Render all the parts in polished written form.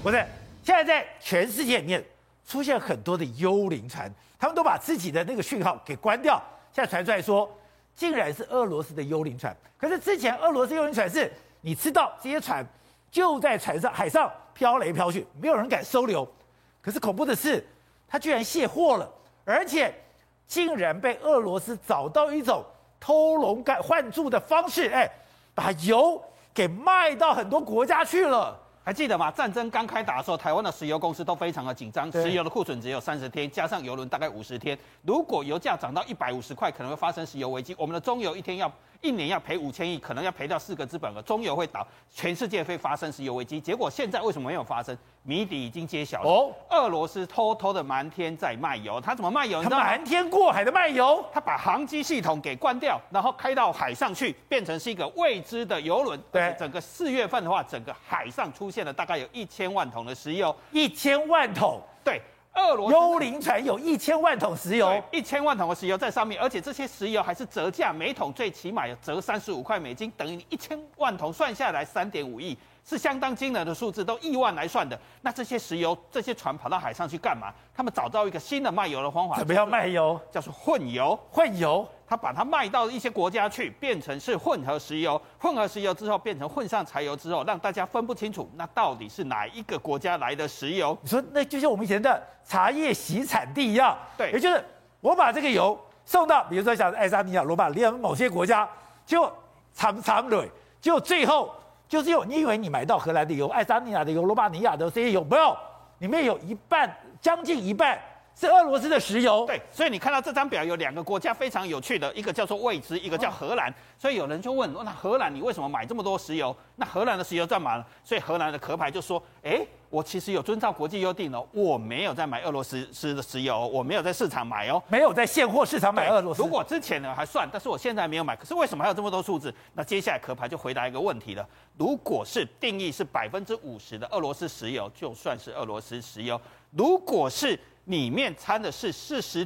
不是，现在在全世界里面出现很多的幽灵船，他们都把自己的那个讯号给关掉。现在传出来说，竟然是俄罗斯的幽灵船。可是之前俄罗斯幽灵船是，你知道这些船就在海上飘来飘去，没有人敢收留。可是恐怖的是，它居然卸货了，而且竟然被俄罗斯找到一种偷龙换柱的方式，把油给卖到很多国家去了。 还记得吗？战争刚开打的时候，台湾的石油公司都非常的紧张，石油的库存只有30天，加上油轮大概50天。如果油价涨到150块，可能会发生石油危机。我们的中油一年要赔5000亿，可能要赔掉4个资本额，中油会倒，全世界会发生石油危机。结果现在为什么没有发生？谜底已经揭晓了。俄罗斯偷偷的瞒天在卖油，他怎么卖油？ 他瞒天过海的卖油， 他把航机系统给关掉，然后开到海上去，变成是一个未知的油轮。 对， 整个4月份的话，整个海上出现了大概有1000万桶的石油 ，1000万桶。 对。俄罗斯幽灵船有1000万桶石油 ，1000万桶的石油在上面，而且这些石油还是折价，每桶最起码有折35块美金，等于你1000万桶算下来3.5亿，是相当惊人的数字，都亿万来算的。那这些石油，这些船跑到海上去干嘛？他们找到一个新的卖油的方法， 怎么样卖油？ 叫做混油。 混油， 他把它卖到一些国家去，变成是混合石油。混合石油之后，变成混上柴油之后，让大家分不清楚，那到底是哪一个国家来的石油？ 你说那就像我们以前的茶叶洗产地一样， 对， 也就是我把这个油送到，比如说像爱沙尼亚、罗马尼亚某些国家，就长蕊，就最后就是你以为你买到荷兰的油、爱沙尼亚的油、罗马尼亚的这些油，没有，里面有将近一半是俄罗斯的石油。 对，所以你看到这张表有2个国家非常有趣的，一个叫做未知，一个叫荷兰。所以有人就问，那荷兰你为什么买这么多石油？那荷兰的石油干嘛呢？所以荷兰的壳牌就说，我其实有遵照国际约定哦，我没有在买俄罗斯的石油，我没有在市场买哦， 没有在现货市场买俄罗斯。 如果之前呢还算，但是我现在没有买。可是为什么还有这么多数字？那接下来壳牌就回答一个问题了：如果是定义是50%的俄罗斯石油，就算是俄罗斯石油；如果是里面掺的是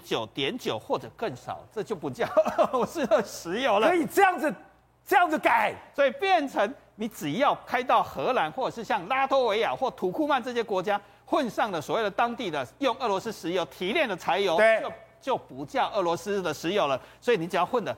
49.9或者更少，这就不叫俄罗斯的石油了。 可以这样子改， 所以变成你只要开到荷兰或者是像拉脱维亚或土库曼这些国家，混上了所谓的当地的用俄罗斯石油提炼的柴油，就不叫俄罗斯的石油了。所以你只要混的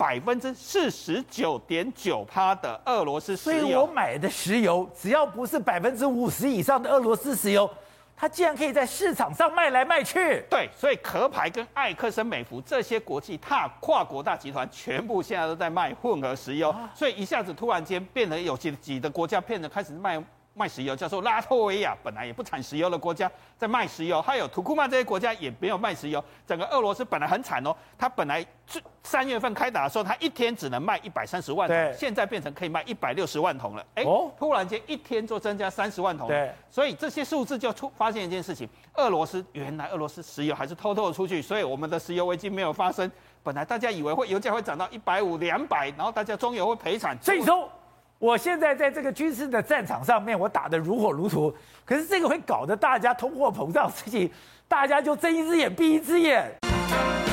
49.9%的俄罗斯石油， 所以我买的石油只要不是50%以上的俄罗斯石油，它竟然可以在市场上卖来卖去。 对，所以壳牌跟艾克森美孚这些国际跨国大集团，全部现在都在卖混合石油，所以一下子突然间变得有几个国家变得开始卖石油，叫做拉脱维亚，本来也不产石油的国家在卖石油，还有土库曼这些国家也没有卖石油。整个俄罗斯本来很惨哦，它本来3月份开打的时候，它一天只能卖130万桶，现在变成可以卖160万桶了。突然间一天就增加30万桶，所以这些数字就发现一件事情：原来俄罗斯石油还是偷偷的出去，所以我们的石油危机没有发生。本来大家以为油价会涨到150、200，然后大家中油会赔惨。 所以说，我现在在这个军事的战场上面，我打得如火如荼，可是这个会搞得大家通货膨胀事情，大家就睁一只眼闭一只眼。